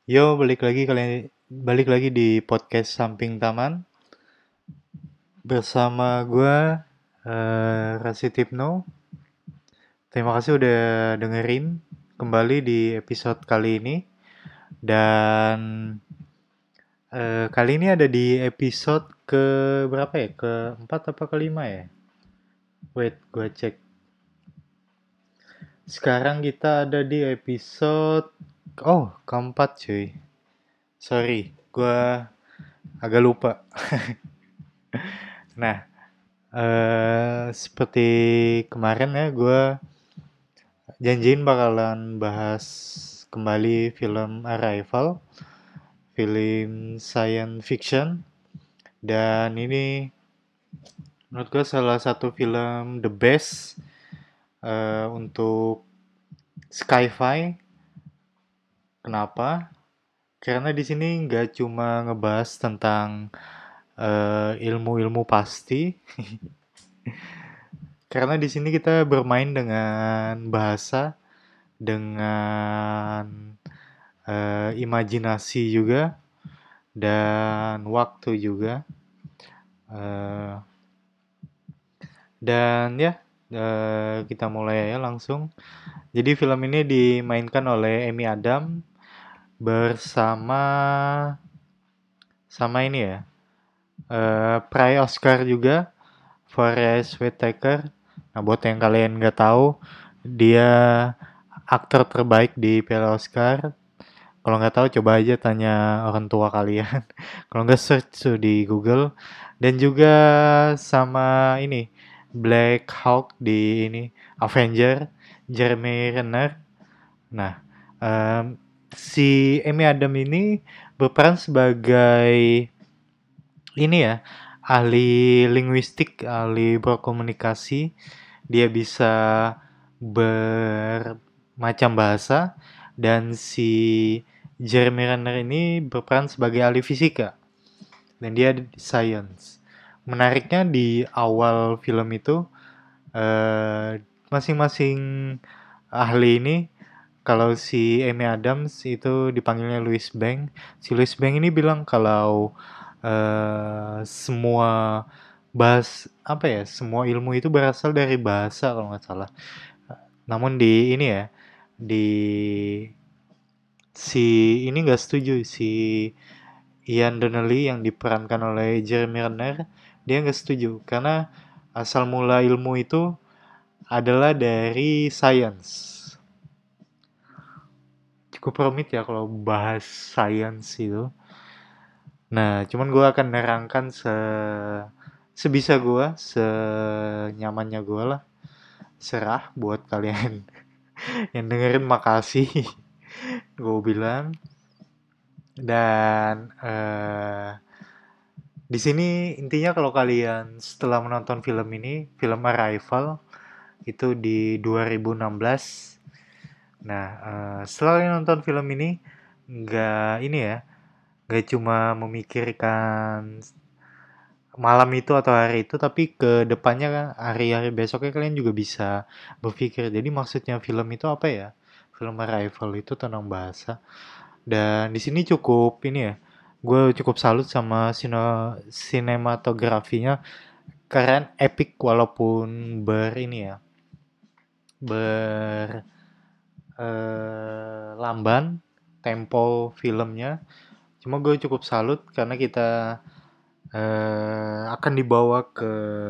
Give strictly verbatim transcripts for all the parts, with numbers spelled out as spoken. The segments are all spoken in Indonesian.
Yo, balik lagi kalian balik lagi di podcast Samping Taman bersama gua eh Rasi Tipno. Terima kasih udah dengerin kembali di episode kali ini dan eh, kali ini ada di episode ke berapa ya? Keempat apa kelima ya? Wait, gua cek. Sekarang kita ada di episode oh keempat cuy. Sorry, gua agak lupa. Nah, eh seperti kemarin ya, gue janjiin bakalan bahas kembali film Arrival, film science fiction, dan ini menurut gue salah satu film the best eh, untuk sci-fi. Kenapa? Karena di sini nggak cuma ngebahas tentang eh, ilmu-ilmu pasti, karena di sini kita bermain dengan bahasa, dengan eh, imajinasi juga dan waktu juga. Eh, dan ya eh, kita mulai ya langsung. Jadi film ini dimainkan oleh Amy Adams bersama sama ini ya. Eh Prai Oscar juga, Forest Whitaker. Nah, buat yang kalian nggak tahu, dia aktor terbaik di Piala Oscar. Kalau nggak tahu coba aja tanya orang tua kalian. Kalau nggak search tuh di Google. Dan juga sama ini Black Hawk di ini Avenger, Jeremy Renner. Nah, em, si Amy Adams ini berperan sebagai ini ya, ahli linguistik, ahli berkomunikasi. Dia bisa bermacam bahasa dan si Jeremy Renner ini berperan sebagai ahli fisika dan dia di science. Menariknya di awal film itu eh, masing-masing ahli ini kalau si Amy Adams itu dipanggilnya Louis Bank. Si Louis Bank ini bilang kalau eh, semua bahas apa ya, semua ilmu itu berasal dari bahasa kalau nggak salah. Namun di ini ya, di si ini nggak setuju si Ian Donnelly yang diperankan oleh Jeremy Renner, dia nggak setuju karena asal mula ilmu itu adalah dari science. Cukup rumit ya kalau bahas science itu. Nah, cuman gue akan nerangkan se sebisa gue, senyamannya gue lah. Serah buat kalian yang dengerin, makasih. Gue bilang. Dan eh di sini intinya kalau kalian setelah menonton film ini, film Arrival itu di dua ribu enam belas. Nah, eh, setelah kalian nonton film ini, nggak ini ya, nggak cuma memikirkan malam itu atau hari itu, tapi ke depannya kan hari-hari besoknya kalian juga bisa berpikir. Jadi maksudnya film itu apa ya? Film Arrival itu tentang bahasa. Dan di sini cukup ini ya, gue cukup salut sama sino, sinematografinya, keren, epic walaupun ber ini ya, ber eh, lamban tempo filmnya. Cuma gue cukup salut karena kita eh, akan dibawa ke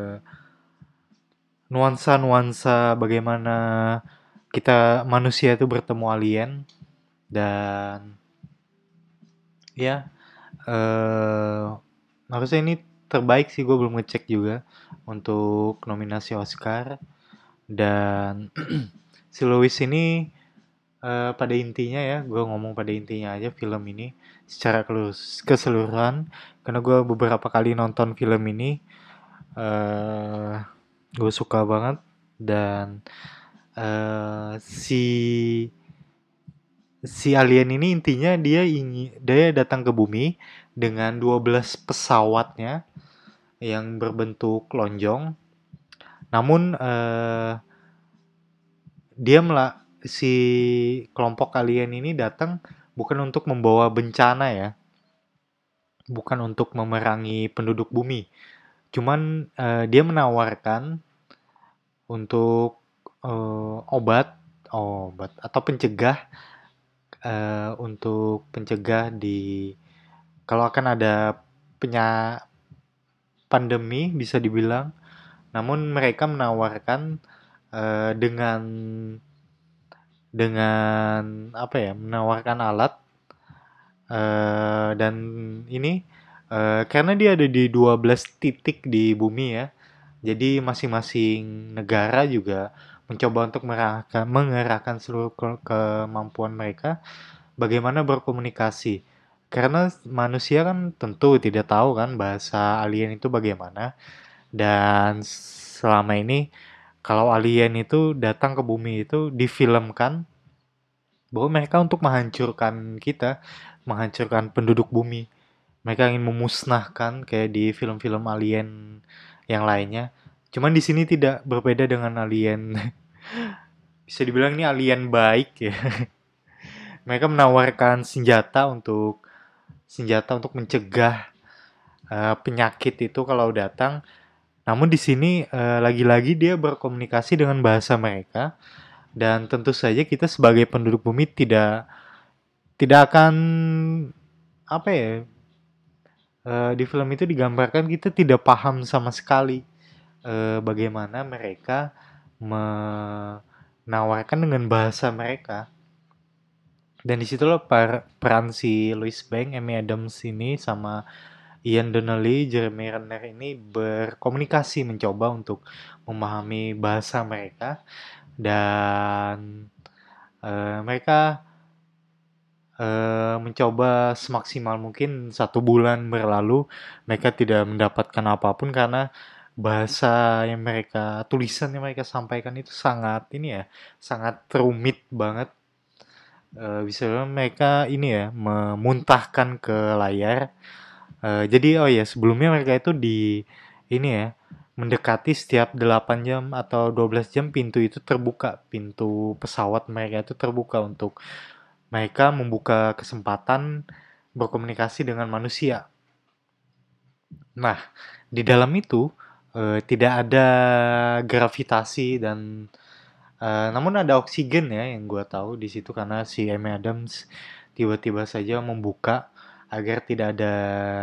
nuansa-nuansa bagaimana kita manusia itu bertemu alien. Dan ya eh harusnya ini terbaik sih, gue belum ngecek juga untuk nominasi Oscar. Dan si Louis ini eh, pada intinya ya, gue ngomong pada intinya aja film ini secara keseluruhan, karena gue beberapa kali nonton film ini, eh gue suka banget. Dan eh si si alien ini intinya dia ingin dia datang ke bumi dengan dua belas pesawatnya yang berbentuk lonjong. Namun eh, dia melak si kelompok alien ini datang bukan untuk membawa bencana ya, bukan untuk memerangi penduduk bumi. Cuman eh, dia menawarkan untuk eh, obat, obat atau pencegah, eh, untuk pencegah di kalau akan ada penya pandemi bisa dibilang. Namun mereka menawarkan eh, dengan dengan apa ya, menawarkan alat, eh, dan ini eh, karena dia ada di dua belas titik di bumi ya. Jadi masing-masing negara juga mencoba untuk mengerahkan, mengerahkan seluruh ke- kemampuan mereka bagaimana berkomunikasi. Karena manusia kan tentu tidak tahu kan bahasa alien itu bagaimana. Dan selama ini kalau alien itu datang ke bumi itu difilmkan bahwa mereka untuk menghancurkan kita, menghancurkan penduduk bumi. Mereka ingin memusnahkan kayak di film-film alien yang lainnya. Cuman di sini tidak berbeda dengan alien. Bisa dibilang ini alien baik ya. Mereka menawarkan senjata untuk senjata untuk mencegah eh, penyakit itu kalau datang. Namun di sini eh, lagi-lagi dia berkomunikasi dengan bahasa mereka, dan tentu saja kita sebagai penduduk bumi tidak tidak akan apa ya, eh, di film itu digambarkan kita tidak paham sama sekali eh, bagaimana mereka menawarkan dengan bahasa mereka. Dan disitulah per, peran si Louis Banks, Amy Adams ini sama Ian Donnelly, Jeremy Renner ini berkomunikasi mencoba untuk memahami bahasa mereka. Dan eh, mereka eh, mencoba semaksimal mungkin. Satu bulan berlalu mereka tidak mendapatkan apapun karena bahasa yang mereka tulisan yang mereka sampaikan itu sangat ini ya, sangat rumit banget. Eh, bisa dibilang mereka ini ya memuntahkan ke layar. Eh, jadi oh ya, sebelumnya mereka itu di ini ya, mendekati setiap delapan jam atau dua belas jam pintu itu terbuka, pintu pesawat mereka itu terbuka untuk mereka membuka kesempatan berkomunikasi dengan manusia. Nah, di dalam itu eh, tidak ada gravitasi dan eh, namun ada oksigen ya yang gue tahu di situ karena si Amy Adams tiba-tiba saja membuka agar tidak ada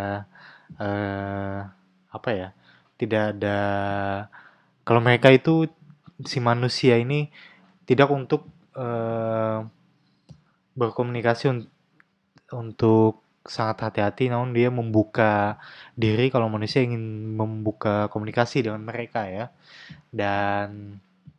eh, apa ya, tidak ada, kalau mereka itu si manusia ini tidak untuk eh, berkomunikasi un- untuk sangat hati-hati, namun dia membuka diri kalau manusia ingin membuka komunikasi dengan mereka ya. Dan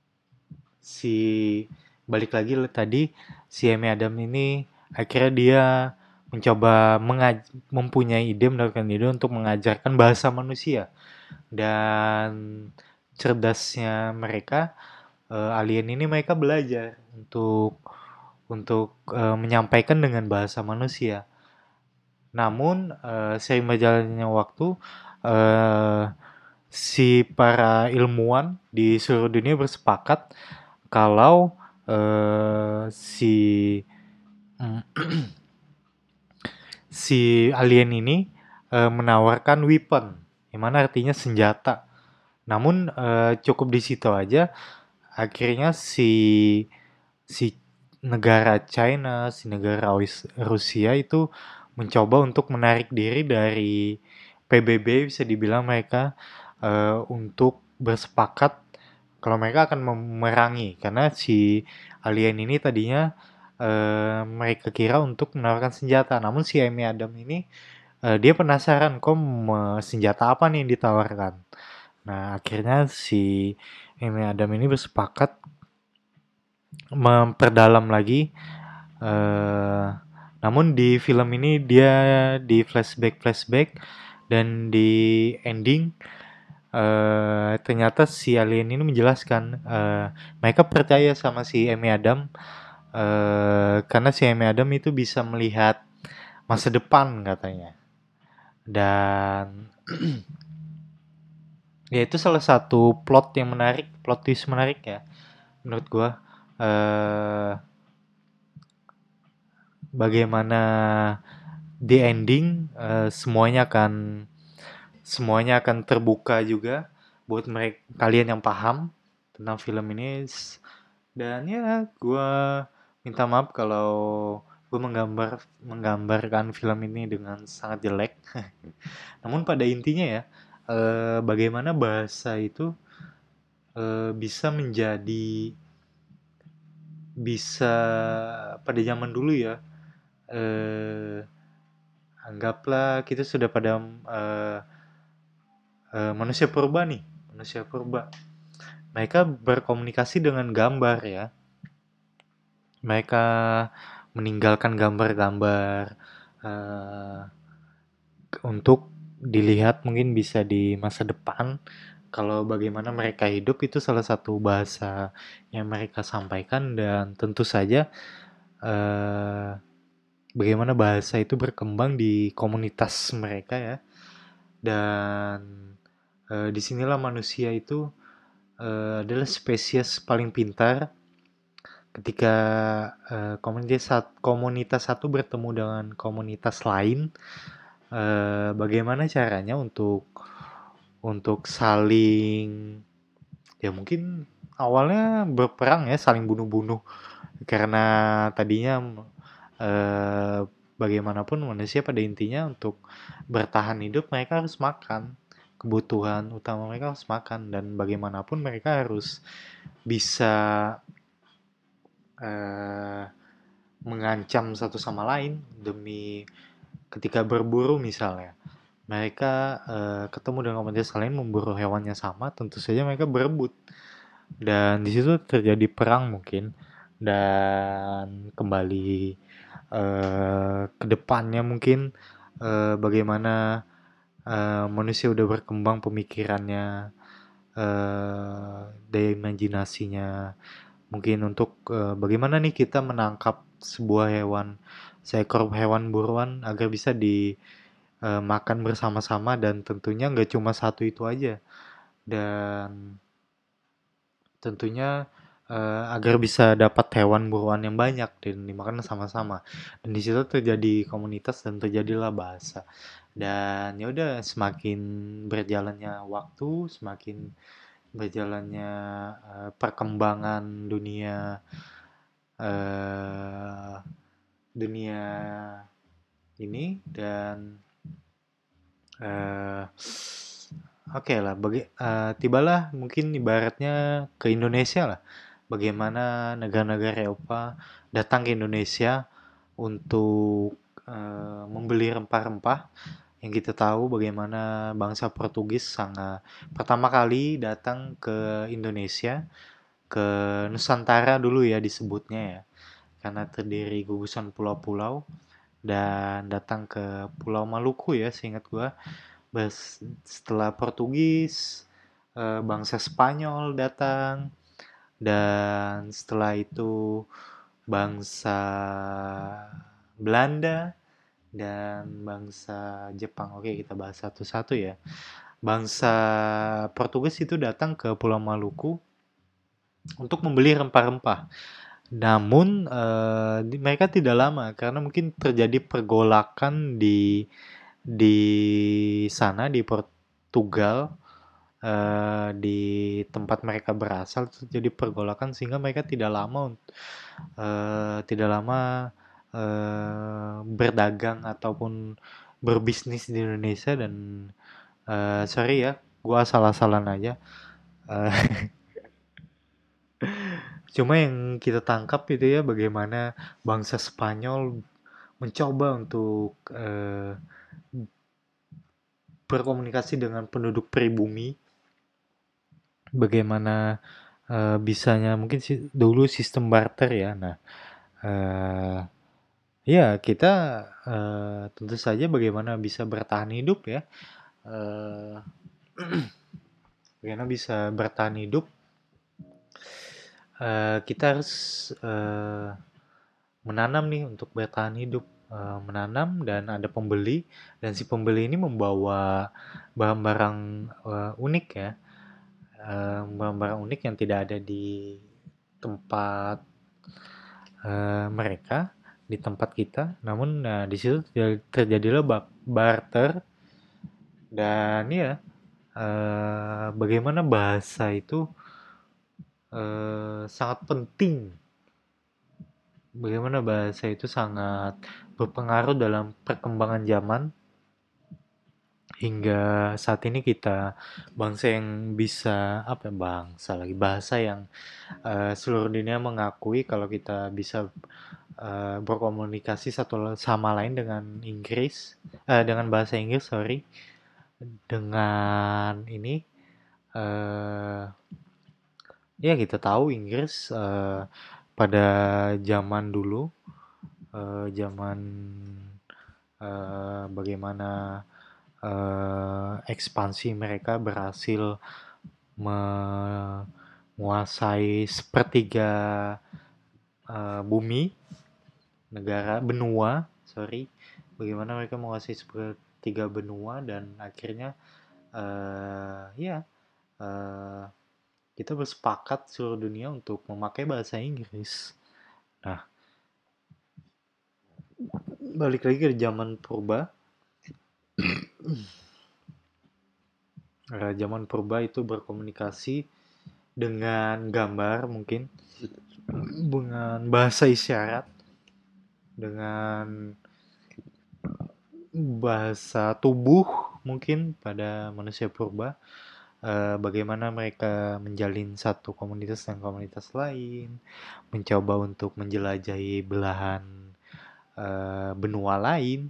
si balik lagi tadi si Amy Adam ini akhirnya dia mencoba mengaj mempunyai ide, mendapatkan ide untuk mengajarkan bahasa manusia. Dan cerdasnya mereka, eh, alien ini mereka belajar untuk untuk eh, menyampaikan dengan bahasa manusia. Namun eh, seiring berjalannya waktu, eh, si para ilmuwan di seluruh dunia bersepakat kalau eh, si mm, si alien ini eh, menawarkan weapon, yang mana artinya senjata. Namun eh, cukup di situ aja. Akhirnya si si negara China, si negara Rusia itu mencoba untuk menarik diri dari P B B, bisa dibilang mereka eh, untuk bersepakat kalau mereka akan memerangi karena si alien ini tadinya eh, mereka kira untuk menawarkan senjata. Namun si Amy Adam ini eh, dia penasaran kok senjata apa nih yang ditawarkan. Nah, akhirnya si Amy Adam ini bersepakat memperdalam lagi. eh Namun di film ini dia di flashback flashback dan di ending eh ternyata si alien ini menjelaskan eh mereka percaya sama si Amy Adam eh karena si Amy Adam itu bisa melihat masa depan katanya. Dan ya itu salah satu plot yang menarik, plot twist menarik ya menurut gua. eh bagaimana di ending eh, semuanya akan semuanya akan terbuka juga buat mereka kalian yang paham tentang film ini. Dan ya gue minta maaf kalau gue menggambar menggambarkan film ini dengan sangat jelek. Namun pada intinya ya, eh, bagaimana bahasa itu eh, bisa menjadi bisa pada zaman dulu ya, eh, anggaplah kita sudah pada eh, eh, manusia purba nih, manusia purba. Mereka berkomunikasi dengan gambar ya. Mereka meninggalkan gambar-gambar eh, untuk dilihat mungkin bisa di masa depan. Kalau bagaimana mereka hidup itu salah satu bahasa yang mereka sampaikan, dan tentu saja eh, bagaimana bahasa itu berkembang di komunitas mereka ya. Dan eh, disinilah manusia itu eh, adalah spesies paling pintar ketika eh, komunitas komunitas satu bertemu dengan komunitas lain. Eh, bagaimana caranya untuk untuk saling, ya mungkin awalnya berperang ya, saling bunuh-bunuh karena tadinya eh, bagaimanapun manusia pada intinya untuk bertahan hidup mereka harus makan, kebutuhan utama mereka harus makan, dan bagaimanapun mereka harus bisa eh, mengancam satu sama lain demi ketika berburu misalnya. Mereka eh, ketemu dengan komunitas lain memburu hewannya sama, tentu saja mereka berebut. Dan di situ terjadi perang mungkin. Dan kembali eh, ke depannya mungkin eh, bagaimana eh, manusia udah berkembang pemikirannya, eh, daya imajinasinya. Mungkin untuk eh, bagaimana nih kita menangkap sebuah hewan, seekor hewan buruan agar bisa dimakan bersama-sama, dan tentunya nggak cuma satu itu aja. Dan tentunya eh, agar bisa dapat hewan buruan yang banyak dan dimakan sama-sama. Dan di situ terjadi komunitas dan terjadilah bahasa. Dan ya udah, semakin berjalannya waktu, semakin berjalannya eh, perkembangan dunia eh, dunia ini, dan eh, oke lah, bagi, eh, tibalah mungkin ibaratnya ke Indonesia lah. Bagaimana negara-negara Eropa datang ke Indonesia untuk eh, membeli rempah-rempah. Yang kita tahu bagaimana bangsa Portugis sangat pertama kali datang ke Indonesia, ke Nusantara dulu ya disebutnya ya, karena terdiri gugusan pulau-pulau, dan datang ke Pulau Maluku ya seingat gua. Bas, setelah Portugis, eh, bangsa Spanyol datang, dan setelah itu bangsa Belanda dan bangsa Jepang. Oke, kita bahas satu-satu ya. Bangsa Portugis itu datang ke Pulau Maluku untuk membeli rempah-rempah. Namun eh, mereka tidak lama karena mungkin terjadi pergolakan di di sana di Portugal, eh, di tempat mereka berasal terjadi pergolakan sehingga mereka tidak lama eh, tidak lama eh, berdagang ataupun berbisnis di Indonesia. Dan eh, sorry ya, gua salah-salan aja. Eh, Cuma yang kita tangkap itu ya bagaimana bangsa Spanyol mencoba untuk eh, berkomunikasi dengan penduduk pribumi, bagaimana eh, bisanya mungkin si- dulu sistem barter ya. Nah, eh, ya kita eh, tentu saja bagaimana bisa bertahan hidup ya. Eh, Bagaimana bisa bertahan hidup? Eh, kita harus eh, menanam nih untuk bertahan hidup. Eh, menanam dan ada pembeli, dan si pembeli ini membawa barang-barang eh, unik ya. Eh, barang-barang unik yang tidak ada di tempat eh, mereka, di tempat kita. Namun nah, di situ terjadilah barter dan ya eh, bagaimana bahasa itu eh, sangat penting. Bagaimana bahasa itu sangat berpengaruh dalam perkembangan zaman hingga saat ini kita bangsa yang bisa apa ya, bangsa lagi bahasa yang eh, seluruh dunia mengakui kalau kita bisa eh, berkomunikasi satu sama lain dengan Inggris eh, dengan bahasa Inggris sorry dengan ini eh ya kita tahu Inggris eh, pada zaman dulu eh, zaman eh, bagaimana eh, ekspansi mereka berhasil menguasai sepertiga eh, bumi negara benua sorry bagaimana mereka menguasai sepertiga benua dan akhirnya eh, ya eh, kita bersepakat seluruh dunia untuk memakai bahasa Inggris. Nah, balik lagi ke zaman purba. Eh, zaman purba itu berkomunikasi dengan gambar mungkin, dengan bahasa isyarat, dengan bahasa tubuh mungkin pada manusia purba. Eh, bagaimana mereka menjalin satu komunitas dengan komunitas lain, mencoba untuk menjelajahi belahan eh, benua lain,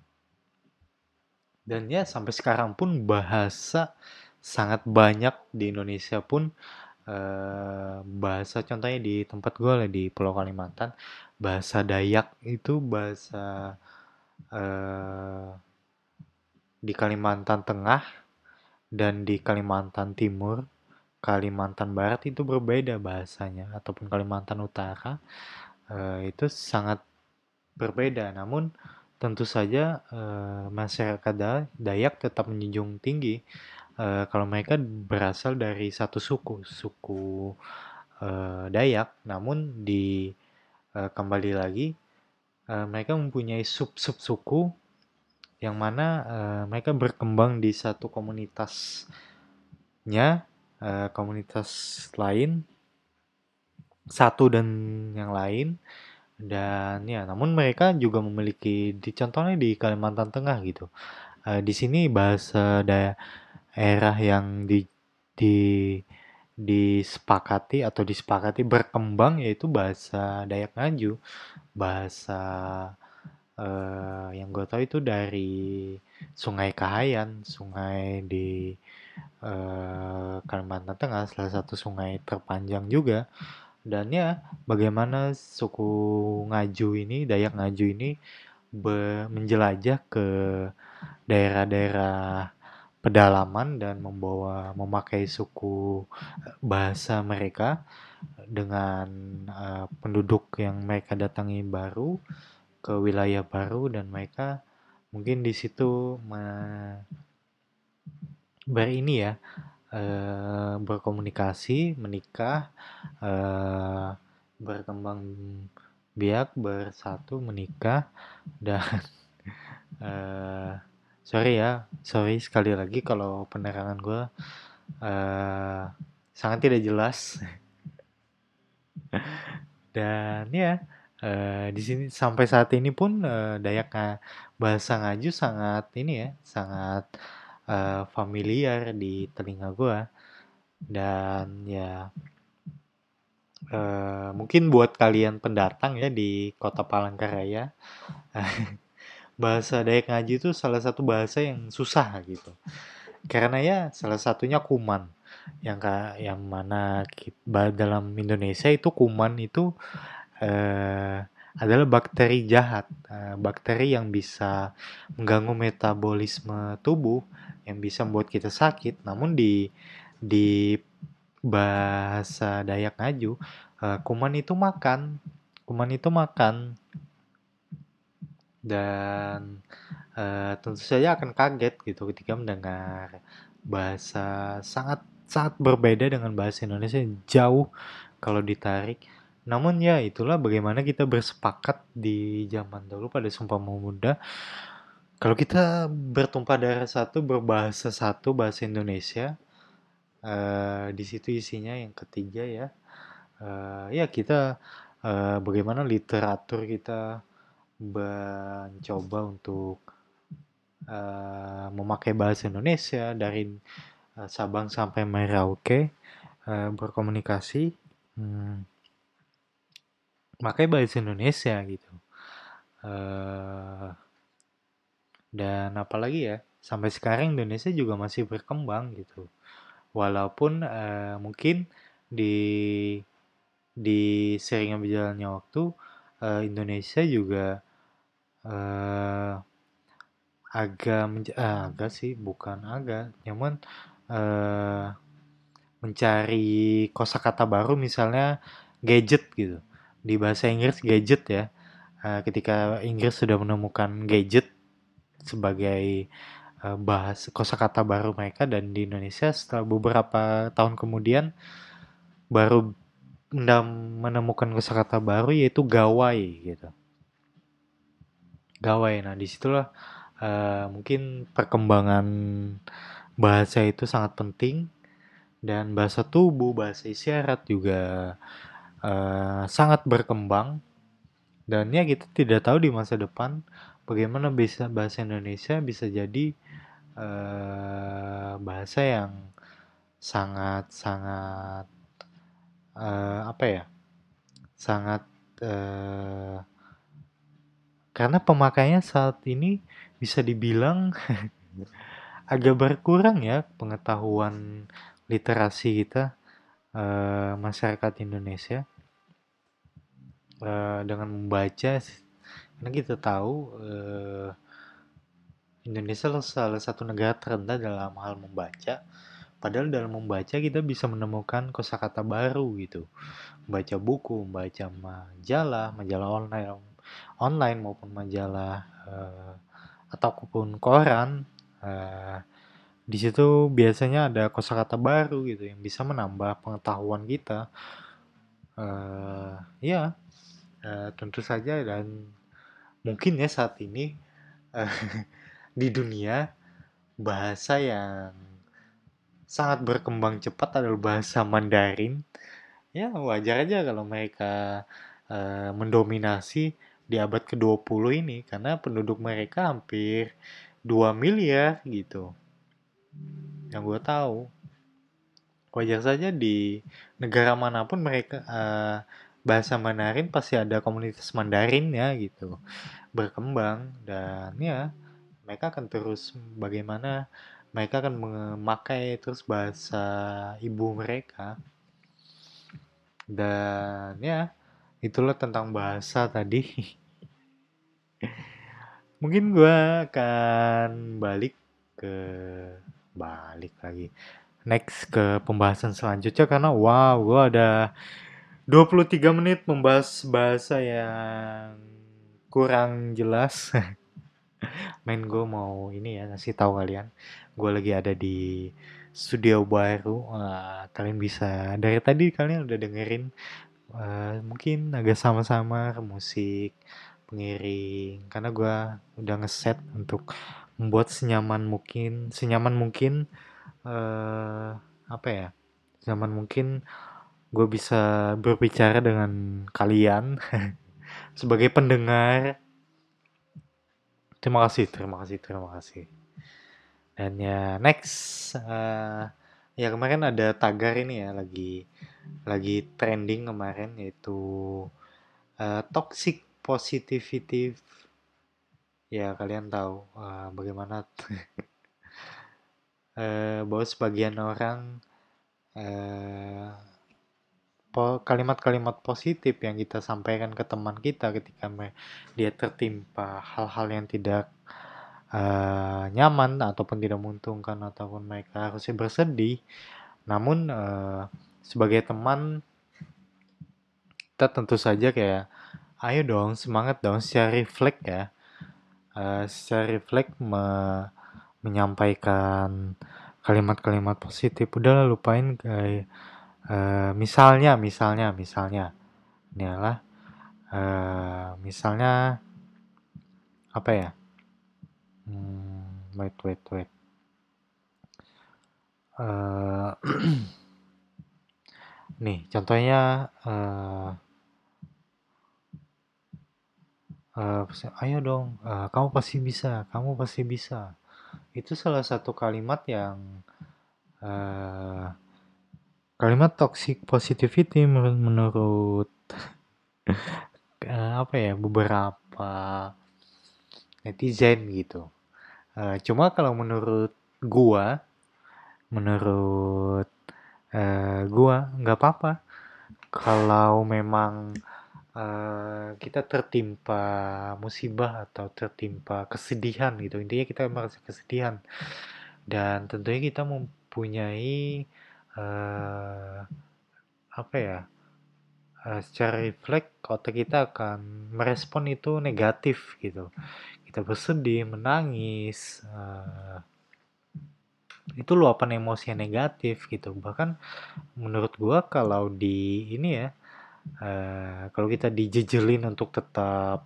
dan ya sampai sekarang pun bahasa sangat banyak di Indonesia pun eh, bahasa contohnya di tempat gue lah di Pulau Kalimantan bahasa Dayak itu bahasa eh, di Kalimantan Tengah dan di Kalimantan Timur Kalimantan Barat itu berbeda bahasanya ataupun Kalimantan Utara eh, itu sangat berbeda namun tentu saja eh, masyarakat Dayak tetap menjunjung tinggi eh, kalau mereka berasal dari satu suku suku eh, Dayak namun di eh, kembali lagi eh, mereka mempunyai sub-sub suku yang mana eh, mereka berkembang di satu komunitasnya eh, komunitas lain satu dan yang lain dan ya namun mereka juga memiliki di contohnya di Kalimantan Tengah gitu. Eh, di sini bahasa daerah yang di di disepakati atau disepakati berkembang yaitu bahasa Dayak Ngaju. Bahasa eh, yang gue tahu itu dari Sungai Kahayan, sungai di eh, Kalimantan Tengah, salah satu sungai terpanjang juga. Dan ya, bagaimana suku Ngaju ini, Dayak Ngaju ini be- menjelajah ke daerah-daerah pedalaman dan membawa memakai suku bahasa mereka dengan uh, penduduk yang mereka datangi baru ke wilayah baru dan mereka mungkin di situ me- berini ya uh, berkomunikasi menikah uh, berkembang biak bersatu menikah dan uh, sorry ya sorry sekali lagi kalau penerangan gue uh, sangat tidak jelas dan ya uh, di sini sampai saat ini pun uh, Dayak Nga- bahasa Ngaju sangat ini ya sangat uh, familiar di telinga gue dan ya uh, mungkin buat kalian pendatang ya di kota Palangkaraya bahasa Dayak Ngaju itu salah satu bahasa yang susah gitu karena ya salah satunya kuman yang ka, yang mana kita, dalam Indonesia itu kuman itu eh, adalah bakteri jahat, eh, bakteri yang bisa mengganggu metabolisme tubuh, yang bisa membuat kita sakit. Namun di di bahasa Dayak Ngaju, eh, kuman itu makan, kuman itu makan dan eh, tentu saja akan kaget gitu ketika mendengar bahasa sangat sangat berbeda dengan bahasa Indonesia jauh kalau ditarik. Namun ya itulah bagaimana kita bersepakat di zaman dulu pada Sumpah Pemuda. Kalau kita bertumpah darah satu, berbahasa satu, bahasa Indonesia, eh, di situ isinya yang ketiga ya, eh, ya kita eh, bagaimana literatur kita mencoba untuk eh, memakai bahasa Indonesia dari eh, Sabang sampai Merauke, eh, berkomunikasi, hmm, pakai bahasa Indonesia gitu. Eh, dan apalagi ya, sampai sekarang Indonesia juga masih berkembang gitu. Walaupun eh, mungkin di di seringnya berjalannya waktu, eh, Indonesia juga eh, agak menja- eh, agak sih bukan agak, cuman eh, mencari kosakata baru, misalnya gadget gitu. Di bahasa Inggris gadget ya. Eh, ketika Inggris sudah menemukan gadget sebagai eh, bahas kosakata baru mereka, dan di Indonesia setelah beberapa tahun kemudian baru menemukan kosakata baru, yaitu gawai gitu. Gawai. Nah, disitulah eh, mungkin perkembangan bahasa itu sangat penting, dan bahasa tubuh, bahasa isyarat juga eh, sangat berkembang. Dan ya kita tidak tahu di masa depan bagaimana bisa bahasa Indonesia bisa jadi eh, bahasa yang sangat sangat eh, apa ya, sangat eh, karena pemakainya saat ini bisa dibilang agak berkurang ya pengetahuan literasi kita, eh, masyarakat Indonesia, eh, dengan membaca. Karena kita tahu eh, Indonesia adalah salah satu negara terendah dalam hal membaca. Padahal dalam membaca kita bisa menemukan kosakata baru gitu. Baca buku, baca majalah, majalah online, online maupun majalah eh, ataupun koran. Eh, di situ biasanya ada kosakata baru gitu yang bisa menambah pengetahuan kita. Eh, ya, eh, tentu saja, dan mungkin ya saat ini eh, di dunia bahasa yang sangat berkembang cepat adalah bahasa Mandarin. Ya, wajar aja kalau mereka eh, mendominasi di abad ke dua puluh ini, karena penduduk mereka hampir dua miliar gitu. Yang gue tahu, wajar saja di negara manapun mereka eh, bahasa Mandarin pasti ada komunitas Mandarin ya gitu, berkembang. Dan ya mereka akan terus, bagaimana mereka akan memakai terus bahasa ibu mereka. Dan ya itulah tentang bahasa tadi. Mungkin gue akan balik ke balik lagi next ke pembahasan selanjutnya, karena wow, gue ada dua puluh tiga menit membahas bahasa yang kurang jelas. Main gue mau ini ya, ngasih tahu kalian, gue lagi ada di studio baru. Wah, kalian bisa dari tadi kalian udah dengerin eh, mungkin agak sama-sama musik pengiring, karena gue udah ngeset untuk membuat senyaman mungkin, senyaman mungkin eh, apa ya, senyaman mungkin gue bisa berbicara dengan kalian sebagai pendengar. Terima kasih, terima kasih, terima kasih. Dan ya next, eh, ya kemarin ada tagar ini ya, lagi lagi trending kemarin, yaitu eh, toxic positivity. Ya kalian tahu eh, bagaimana eh, bahwa sebagian orang eh, po- kalimat-kalimat positif yang kita sampaikan ke teman kita ketika me- dia tertimpa hal-hal yang tidak eh, nyaman ataupun tidak menguntungkan, ataupun mereka harusnya bersedih. Namun eh, sebagai teman kita tentu saja kayak ayo dong, semangat dong, secara refleks ya. Eh, secara refleks me- menyampaikan kalimat-kalimat positif. Udahlah lupain kayak eh, misalnya, misalnya, misalnya. Ini adalah uh, misalnya apa ya? Hmm, wait, wait, wait. Uh, nih, contohnya, uh, uh, ayo dong, uh, kamu pasti bisa, kamu pasti bisa. Itu salah satu kalimat yang uh, kalimat toxic positivity menurut, menurut uh, apa ya beberapa netizen gitu. Uh, cuma kalau menurut gua, menurut uh, gua nggak apa-apa kalau memang uh, kita tertimpa musibah atau tertimpa kesedihan gitu. Intinya kita merasa kesedihan dan tentunya kita mempunyai uh, apa ya? Uh, secara refleks otak kita akan merespon itu negatif gitu. Kita bersedih, menangis, uh, itu luapan emosi yang negatif gitu. Bahkan menurut gua kalau di ini ya, uh, kalau kita dijejelin untuk tetap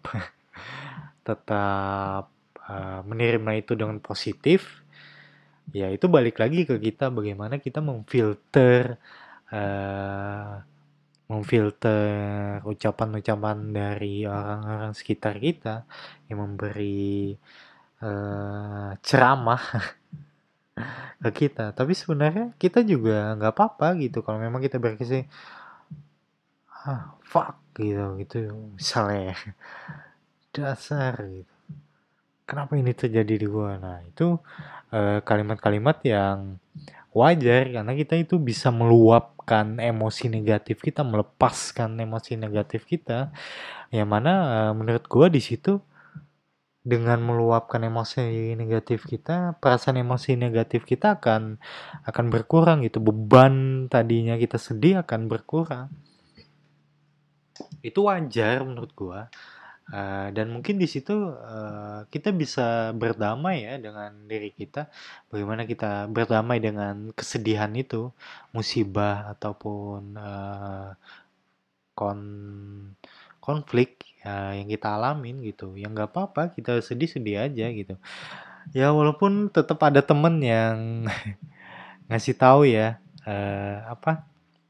tetap uh, menerima itu dengan positif, ya itu balik lagi ke kita bagaimana kita memfilter uh, memfilter ucapan-ucapan dari orang-orang sekitar kita yang memberi uh, ceramah ke kita. Tapi sebenarnya kita juga nggak apa-apa gitu kalau memang kita berkesi ah fuck gitu gitu misalnya dasar gitu. Kenapa ini terjadi di gua? Nah itu uh, kalimat-kalimat yang wajar karena kita itu bisa meluapkan emosi negatif kita, melepaskan emosi negatif kita. Yang mana uh, menurut gua di situ dengan meluapkan emosi negatif kita, perasaan emosi negatif kita akan akan berkurang gitu. Beban tadinya kita sedih akan berkurang. Itu wajar menurut gua. Uh, dan mungkin di situ uh, kita bisa berdamai ya dengan diri kita, bagaimana kita berdamai dengan kesedihan itu, musibah ataupun uh, kon konflik ya, yang kita alamin gitu. Ya nggak apa-apa, kita sedih-sedih aja gitu. Ya walaupun tetap ada temen yang ngasih tahu ya, uh, apa?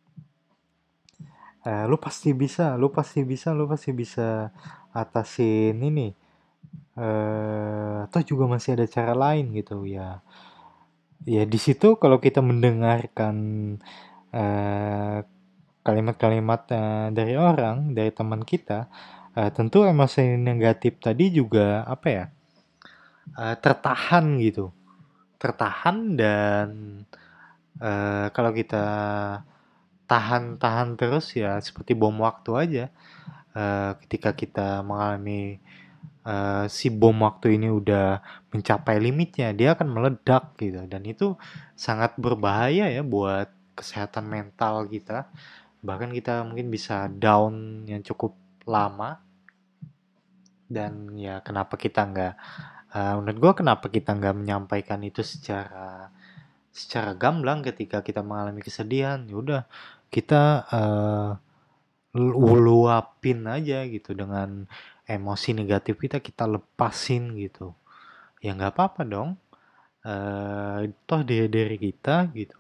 Uh, lu pasti bisa, lu pasti bisa, lu pasti bisa atasin ini eh atau juga masih ada cara lain gitu ya. Ya di situ kalau kita mendengarkan eh, kalimat-kalimat eh, dari orang, dari teman kita, eh, tentu emosi negatif tadi juga apa ya? eh, tertahan gitu. Tertahan dan eh, kalau kita tahan-tahan terus ya seperti bom waktu aja. Eh, ketika kita mengalami uh, si bom waktu ini udah mencapai limitnya, dia akan meledak gitu. Dan itu sangat berbahaya ya buat kesehatan mental kita. Bahkan kita mungkin bisa down yang cukup lama. Dan ya kenapa kita nggak, uh, menurut gue kenapa kita nggak menyampaikan itu secara secara gamblang ketika kita mengalami kesedihan. Ya udah kita uh, luapin aja gitu dengan emosi negatif kita kita lepasin gitu ya nggak apa-apa dong eh toh dia dari kita gitu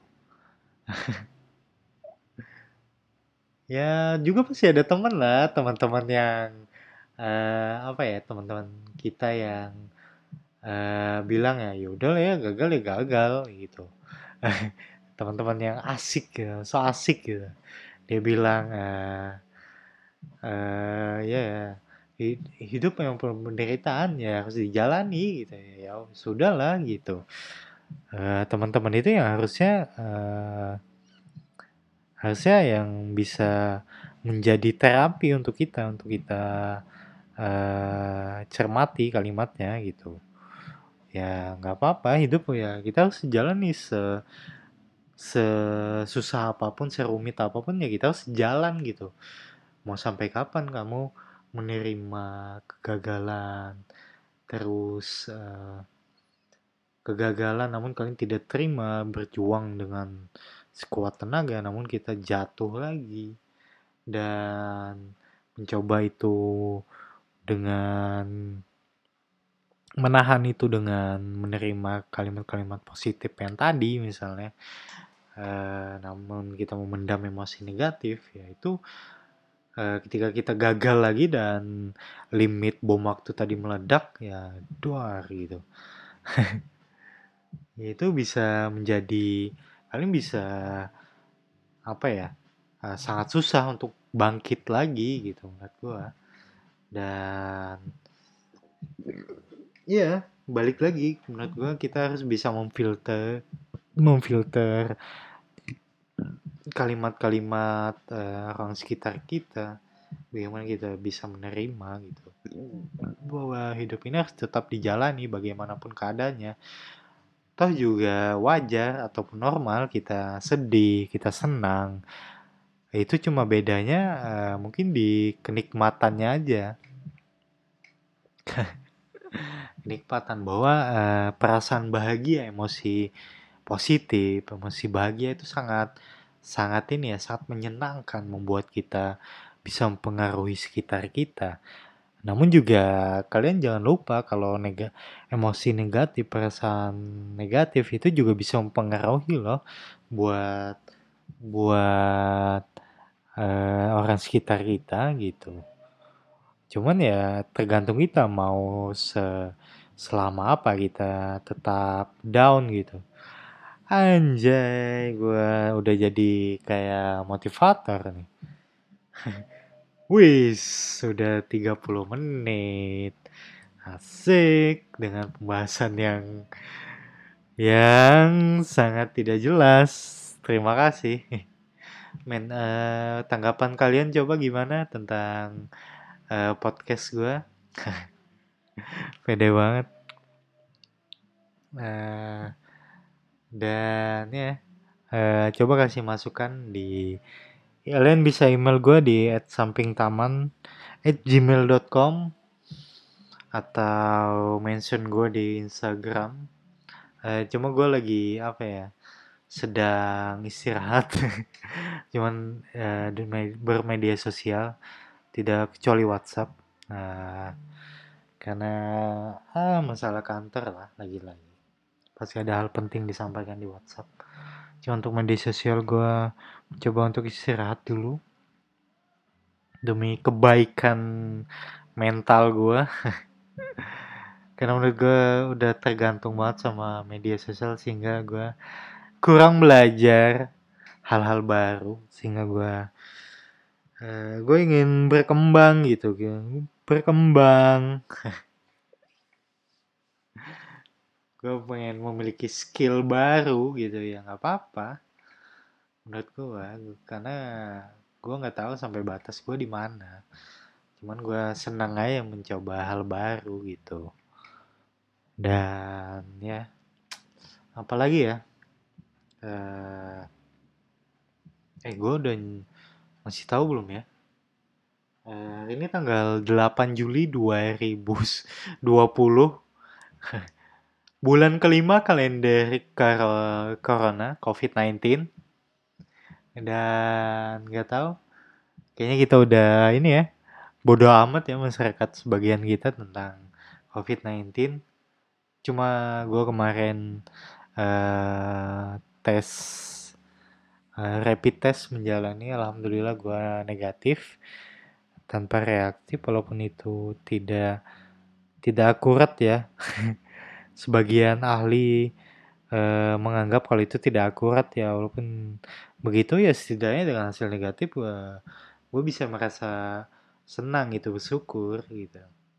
ya juga pasti ada teman lah teman-teman yang eh apa ya teman-teman kita yang eh bilang ya yaudah lah ya gagal ya gagal gitu teman-teman yang asik gitu so asik gitu dia bilang eh eh ya hi- hidup memang penuh penderitaan ya harus dijalani gitu ya ya sudah lah gitu. Eh, teman-teman itu yang harusnya eh, harusnya yang bisa menjadi terapi untuk kita untuk kita eh, cermati kalimatnya gitu ya nggak apa-apa hidup ya kita harus jalani se sesusah apapun serumit apapun ya kita harus jalan gitu mau sampai kapan kamu menerima kegagalan terus eh, kegagalan namun kalian tidak terima berjuang dengan sekuat tenaga namun kita jatuh lagi dan mencoba itu dengan menahan itu dengan menerima kalimat-kalimat positif yang tadi misalnya. Eh, namun kita memendam emosi negatif, yaitu eh, ketika kita gagal lagi dan limit bom waktu tadi meledak, ya duar gitu. Ya, itu bisa menjadi, kalian bisa apa ya, eh, sangat susah untuk bangkit lagi gitu menurut gua. Dan ya balik lagi menurut gua kita harus bisa memfilter memfilter kalimat-kalimat eh, orang sekitar kita, bagaimana kita bisa menerima gitu bahwa hidup ini harus tetap dijalani bagaimanapun keadaannya. Toh juga wajar ataupun normal kita sedih, kita senang. Itu cuma bedanya eh, mungkin di kenikmatannya aja. Kenikmatan bahwa eh, perasaan bahagia, emosi positif, emosi bahagia itu sangat sangat ini ya, sangat menyenangkan, membuat kita bisa mempengaruhi sekitar kita. Namun juga kalian jangan lupa kalau nega emosi negatif, perasaan negatif itu juga bisa mempengaruhi loh buat buat eh, orang sekitar kita gitu. Cuman ya tergantung kita mau se selama apa kita tetap down gitu. Anjay, gue udah jadi kayak motivator nih. Wis, sudah tiga puluh menit. Asik dengan pembahasan yang yang sangat tidak jelas. Terima kasih. Men, eh, tanggapan kalian coba gimana tentang eh, podcast gue? Pede banget. Eh, dan ya, eh, coba kasih masukan di kalian bisa email gue di at sampingtaman at gmail dot com atau mention gue di Instagram. Eh, cuma gue lagi apa ya, sedang istirahat. Cuman eh, di me- bermedia sosial tidak kecuali WhatsApp. Nah, karena ah, masalah kantor lah lagi-lagi. Pasti ada hal penting disampaikan di WhatsApp. Cuma untuk media sosial gue coba untuk istirahat dulu demi kebaikan mental gue. Karena menurut gue udah tergantung banget sama media sosial sehingga gue kurang belajar hal-hal baru sehingga gue uh, gue ingin berkembang gitu, gitu. Berkembang. Gue pengen memiliki skill baru gitu ya nggak apa-apa menurut gue, karena gue nggak tahu sampai batas gue di mana. Cuman gue senang aja mencoba hal baru gitu. Dan ya, apalagi ya? Eh, eh gue udah masih tahu belum ya? Eh, ini tanggal delapan Juli dua ribu dua puluh, bulan kelima kalender kar- corona covid sembilan belas. Dan nggak tahu, kayaknya kita udah ini ya, bodo amat ya masyarakat sebagian kita tentang covid sembilan belas. Cuma gue kemarin eh, tes eh, rapid test menjalani, alhamdulillah gue negatif tanpa reaktif, walaupun itu tidak tidak akurat ya. Sebagian ahli eh, menganggap kalau itu tidak akurat ya, walaupun begitu ya setidaknya dengan hasil negatif gue gue bisa merasa senang gitu, bersyukur gitu.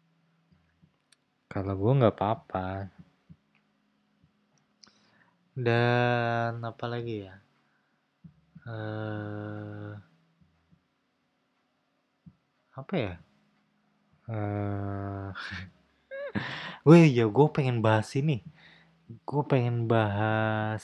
Kalau gue nggak apa-apa. Dan apa lagi ya? Eh apa ya? Eh gue ya gue pengen bahas ini. Gue pengen bahas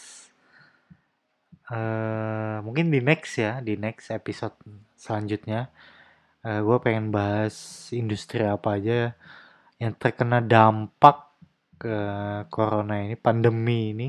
eh mungkin di next ya, di next episode selanjutnya. Eh gue pengen bahas industri apa aja yang terkena dampak ke corona ini, pandemi ini.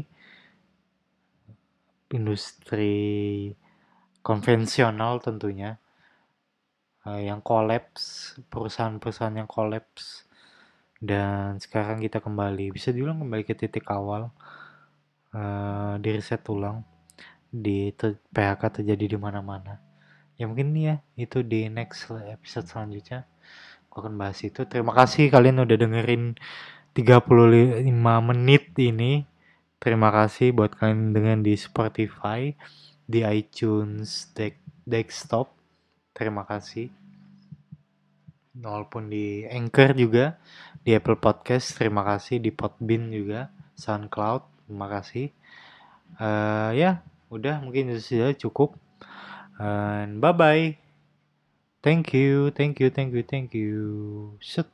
Industri konvensional tentunya. uh, yang collapse, perusahaan-perusahaan yang collapse, dan sekarang kita kembali, bisa dibilang kembali ke titik awal, uh, di reset ulang, di ter- P H K terjadi di mana-mana. Ya mungkin ya itu di next episode selanjutnya aku akan bahas itu. Terima kasih kalian udah dengerin tiga puluh lima menit ini. Terima kasih buat kalian dengan di Spotify, di iTunes desktop. Terima kasih. Walaupun di Anchor juga, di Apple Podcast, terima kasih, di Podbean juga, SoundCloud, terima kasih. Uh, ya, udah mungkin itu sudah cukup. And bye bye. Thank you, thank you, thank you, thank you. Set.